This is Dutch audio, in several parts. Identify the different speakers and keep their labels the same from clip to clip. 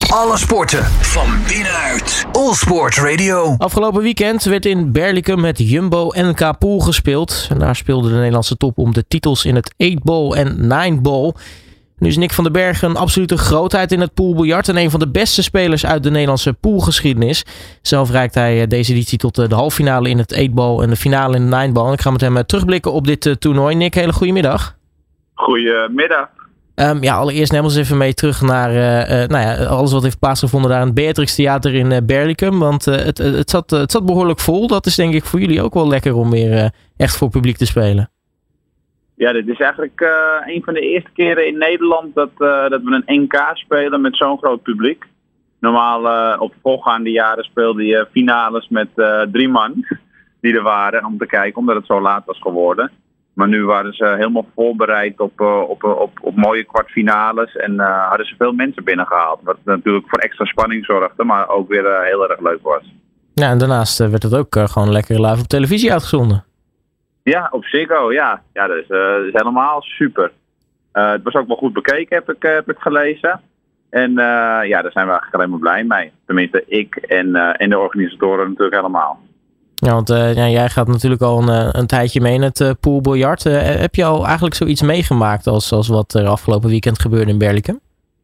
Speaker 1: Alle sporten van binnenuit. All Sport Radio.
Speaker 2: Afgelopen weekend werd in Berlicum het Jumbo NK Pool gespeeld. En daar speelde de Nederlandse top om de titels in het 8-ball en 9-ball. Nu is Nick van den Berg een absolute grootheid in het poolbiljart en een van de beste spelers uit de Nederlandse poolgeschiedenis. Zelf reikt hij deze editie tot de halffinale in het 8-ball en de finale in de 9-ball. Ik ga met hem terugblikken op dit toernooi. Nick, hele goede middag.
Speaker 3: Goedemiddag.
Speaker 2: Allereerst neem ons even mee terug naar alles wat heeft plaatsgevonden daar in het Beatrix Theater in Berlicum. Want het zat behoorlijk vol. Dat is denk ik voor jullie ook wel lekker om weer echt voor publiek te spelen.
Speaker 3: Ja, dit is eigenlijk een van de eerste keren in Nederland dat we een NK spelen met zo'n groot publiek. Normaal op voorgaande jaren speelde je finales met 3 man die er waren om te kijken, omdat het zo laat was geworden. Maar nu waren ze helemaal voorbereid op mooie kwartfinales en hadden ze veel mensen binnengehaald. Wat natuurlijk voor extra spanning zorgde, maar ook weer heel erg leuk was. Ja,
Speaker 2: en daarnaast werd het ook gewoon lekker live op televisie uitgezonden.
Speaker 3: Ja, op Ziggo, ja. Ja, dat is helemaal super. Het was ook wel goed bekeken, heb ik gelezen. En daar zijn we eigenlijk alleen maar blij mee. Tenminste, ik en de organisatoren natuurlijk helemaal.
Speaker 2: Ja, want jij gaat natuurlijk al een tijdje mee in het poolbiljart. Heb je al eigenlijk zoiets meegemaakt als wat er afgelopen weekend gebeurde in Berlicum?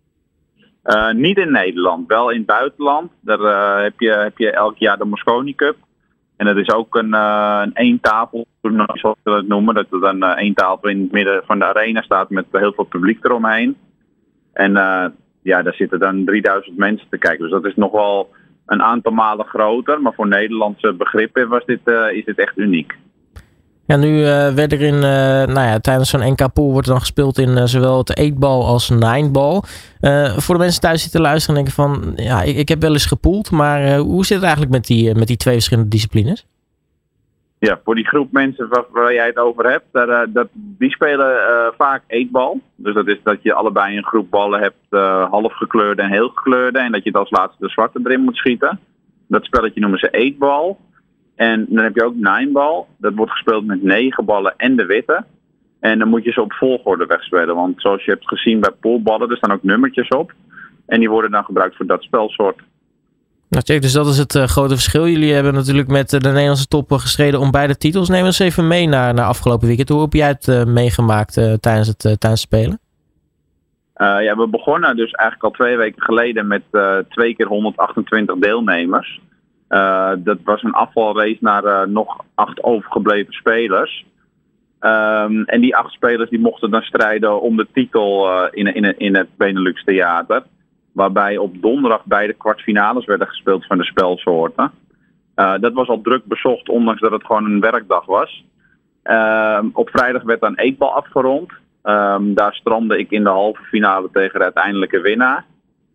Speaker 3: Niet in Nederland, wel in het buitenland. Daar heb je elk jaar de Mosconi Cup. En dat is ook een eentafel, zoals we het noemen. Dat er dan één tafel in het midden van de arena staat met heel veel publiek eromheen. En daar zitten dan 3000 mensen te kijken. Dus dat is nog wel een aantal malen groter. Maar voor Nederlandse begrippen is dit echt uniek.
Speaker 2: Ja, nu werd er tijdens zo'n NK Pool wordt er dan gespeeld in zowel het 8-ball als 9-ball. Voor de mensen thuis die te luisteren denken van, ja, ik heb wel eens gepoeld, maar hoe zit het eigenlijk met die twee verschillende disciplines?
Speaker 3: Ja, voor die groep mensen waar jij het over hebt, die spelen vaak 8-ball. Dus dat is dat je allebei een groep ballen hebt, half gekleurde en heel gekleurde. En dat je het als laatste de zwarte erin moet schieten. Dat spelletje noemen ze 8-ball. En dan heb je ook 9-ball. Dat wordt gespeeld met 9 ballen en de witte. En dan moet je ze op volgorde wegspelen. Want zoals je hebt gezien bij poolballen, er staan ook nummertjes op. En die worden dan gebruikt voor dat spelsoort.
Speaker 2: Nou, check, dus dat is het grote verschil. Jullie hebben natuurlijk met de Nederlandse top gestreden om beide titels. Neem ons even mee naar afgelopen weekend. Hoe heb jij het meegemaakt tijdens het spelen?
Speaker 3: We begonnen dus eigenlijk al 2 weken geleden met 2 keer 128 deelnemers. Dat was een afvalrace naar nog 8 overgebleven spelers. En die 8 spelers die mochten dan strijden om de titel in het Benelux Theater. Waarbij op donderdag beide kwartfinales werden gespeeld van de spelsoorten. Dat was al druk bezocht, ondanks dat het gewoon een werkdag was. Op vrijdag werd dan 8-ball afgerond. Daar strandde ik in de halve finale tegen de uiteindelijke winnaar.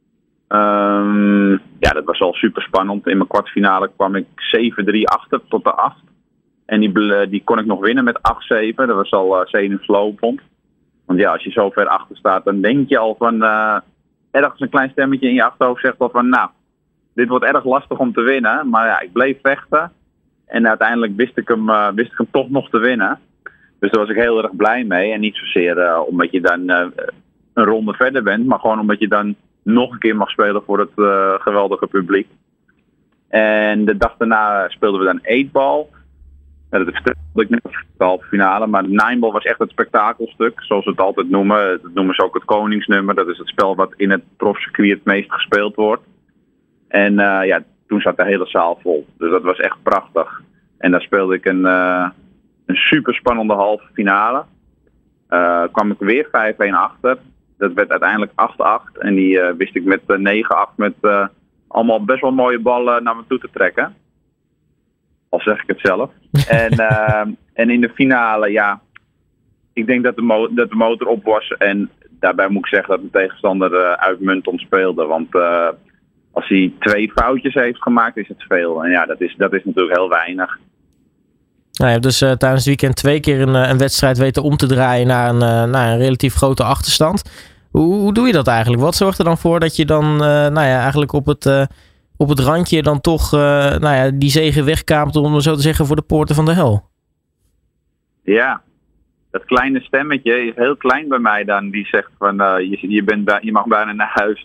Speaker 3: Dat was al super spannend. In mijn kwartfinale kwam ik 7-3 achter tot de 8. En die kon ik nog winnen met 8-7. Dat was al zenuwslopend. Want ja, als je zo ver achter staat, dan denk je al van ergens een klein stemmetje in je achterhoofd zegt al van, nou, dit wordt erg lastig om te winnen. Maar ja, ik bleef vechten. En uiteindelijk wist ik hem toch nog te winnen. Dus daar was ik heel erg blij mee. En niet zozeer omdat je dan een ronde verder bent, maar gewoon omdat je dan nog een keer mag spelen voor het geweldige publiek. En de dag daarna speelden we dan 8-ball. Dat vertelde ik net op de halve finale. Maar de 9-ball was echt het spektakelstuk, zoals we het altijd noemen. Dat noemen ze ook het koningsnummer. Dat is het spel wat in het profcircuit het meest gespeeld wordt. En toen zat de hele zaal vol. Dus dat was echt prachtig. En daar speelde ik een super spannende halve finale. Kwam ik weer 5-1 achter. Dat werd uiteindelijk 8-8. En die wist ik met 9-8 met allemaal best wel mooie ballen naar me toe te trekken. Al zeg ik het zelf. En in de finale, ja, ik denk dat de motor op was. En daarbij moet ik zeggen dat de tegenstander uitmuntend speelde. Want als hij 2 foutjes heeft gemaakt, is het veel. En ja, dat is natuurlijk heel weinig.
Speaker 2: Nou, je hebt dus tijdens het weekend 2 keer een wedstrijd weten om te draaien naar een relatief grote achterstand. Hoe doe je dat eigenlijk? Wat zorgt er dan voor dat je dan eigenlijk op het randje dan toch die zege wegkaapt, om zo te zeggen, voor de poorten van de hel?
Speaker 3: Ja, dat kleine stemmetje is heel klein bij mij dan. Die zegt van je mag bijna naar huis.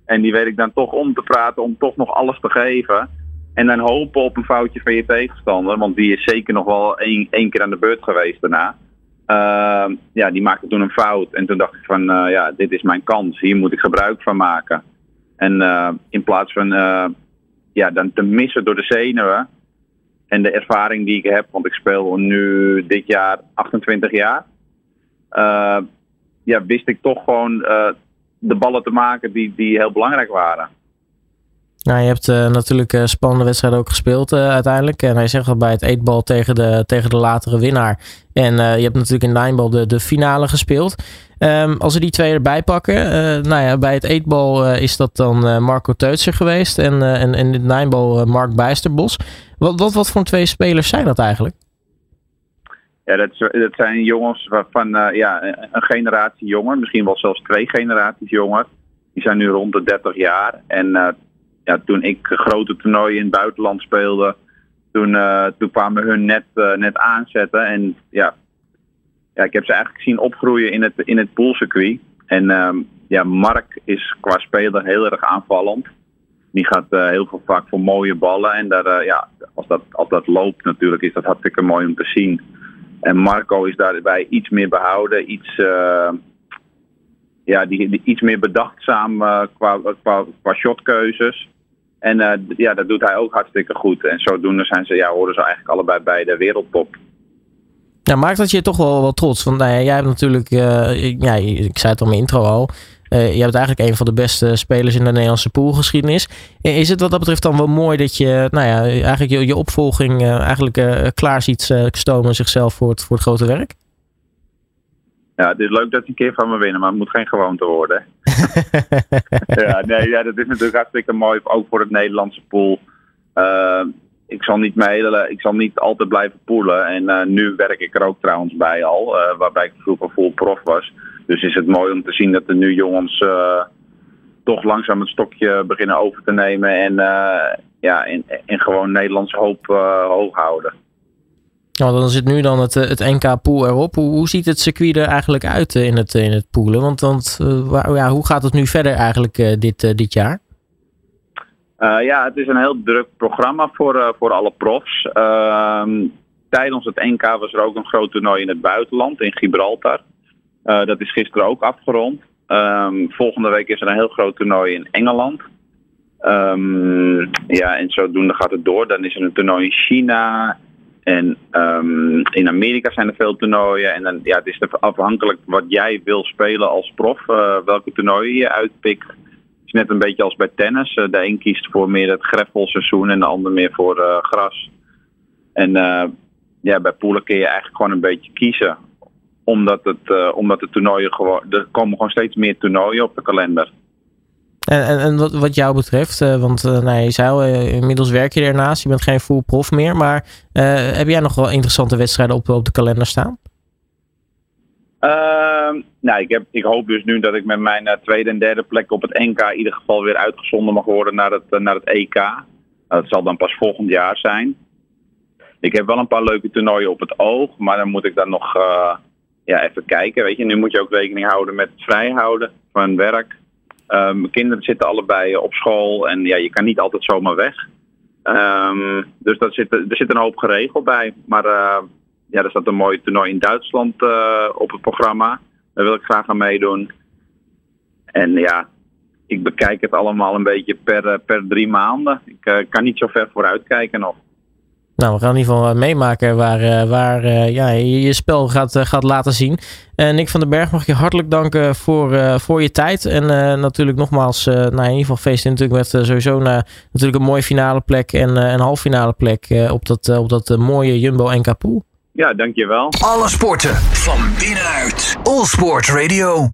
Speaker 3: En die weet ik dan toch om te praten, om toch nog alles te geven. En dan hopen op een foutje van je tegenstander. Want die is zeker nog wel één keer aan de beurt geweest daarna. Die maakte toen een fout. En toen dacht ik van, dit is mijn kans. Hier moet ik gebruik van maken. En in plaats van dan te missen door de zenuwen. En de ervaring die ik heb. Want ik speel nu dit jaar 28 jaar. Wist ik toch gewoon de ballen te maken die heel belangrijk waren.
Speaker 2: Nou, je hebt natuurlijk spannende wedstrijden ook gespeeld uiteindelijk. En hij zegt al bij het 8-ball tegen de latere winnaar. En je hebt natuurlijk in 9-ball de finale gespeeld. Als we die twee erbij pakken. Bij het 8-ball is dat dan Marco Teutzer geweest. En in het 9-ball Mark Bijsterbos. Wat voor twee spelers zijn dat eigenlijk?
Speaker 3: Ja, dat zijn jongens van een generatie jonger. Misschien wel zelfs 2 generaties jonger. Die zijn nu rond de 30 jaar. En toen ik grote toernooien in het buitenland speelde, toen kwamen hun net aanzetten. En ik heb ze eigenlijk zien opgroeien in het poolcircuit. En Mark is qua speler heel erg aanvallend. Die gaat heel veel vaak voor mooie ballen. En daar, als dat loopt natuurlijk, is dat hartstikke mooi om te zien. En Marco is daarbij iets meer behouden, iets meer bedachtzaam qua shotkeuzes. En dat doet hij ook hartstikke goed. En zodoende horen ze eigenlijk allebei bij de wereldtop.
Speaker 2: Nou, maakt dat je toch wel trots? Want jij hebt natuurlijk, ik zei het al in mijn intro al, je bent eigenlijk een van de beste spelers in de Nederlandse poolgeschiedenis. Is het wat dat betreft dan wel mooi dat je eigenlijk je opvolging klaar ziet stomen zichzelf voor het grote werk?
Speaker 3: Ja, het is leuk dat ze een keer van me winnen, maar het moet geen gewoonte worden. Dat is natuurlijk hartstikke mooi, ook voor het Nederlandse pool. Ik zal niet altijd blijven poelen. En nu werk ik er ook trouwens bij al, waarbij ik vroeger full prof was. Dus is het mooi om te zien dat er nu jongens toch langzaam het stokje beginnen over te nemen. En gewoon Nederlands hoop hoog houden.
Speaker 2: Nou, dan zit nu dan het NK Pool erop. Hoe ziet het circuit er eigenlijk uit in het poelen? Want hoe gaat het nu verder eigenlijk dit jaar?
Speaker 3: Het is een heel druk programma voor alle profs. Tijdens het NK was er ook een groot toernooi in het buitenland, in Gibraltar. Dat is gisteren ook afgerond. Volgende week is er een heel groot toernooi in Engeland. En zodoende gaat het door. Dan is er een toernooi in China. En in Amerika zijn er veel toernooien. En dan, het is afhankelijk wat jij wil spelen als prof. Welke toernooien je uitpikt. Het is net een beetje als bij tennis. De een kiest voor meer het greffelseizoen en de ander meer voor gras. En bij poelen kun je eigenlijk gewoon een beetje kiezen. Omdat de toernooien er komen gewoon steeds meer toernooien op de kalender.
Speaker 2: En wat jou betreft, want je zei al, inmiddels werk je ernaast, je bent geen full prof meer, maar heb jij nog wel interessante wedstrijden op de kalender staan?
Speaker 3: Ik hoop dus nu dat ik met mijn tweede en derde plek op het NK in ieder geval weer uitgezonden mag worden naar het EK. Dat zal dan pas volgend jaar zijn. Ik heb wel een paar leuke toernooien op het oog, maar dan moet ik dan nog even kijken. Weet je, nu moet je ook rekening houden met het vrijhouden van werk. Mijn kinderen zitten allebei op school en je kan niet altijd zomaar weg. Dus er zit een hoop geregeld bij. Maar er staat een mooi toernooi in Duitsland op het programma. Daar wil ik graag aan meedoen. En ik bekijk het allemaal een beetje per 3 maanden. Ik kan niet zo ver vooruit kijken nog.
Speaker 2: Nou, we gaan in ieder geval meemaken waar je spel gaat laten zien. Nick van den Berg, mag ik je hartelijk danken voor je tijd. En natuurlijk nogmaals, in ieder geval feesten natuurlijk met sowieso natuurlijk een mooie finale plek en een halffinale plek op dat mooie Jumbo NK Pool.
Speaker 3: Ja, dankjewel.
Speaker 1: Alle sporten van binnenuit. All Sport Radio.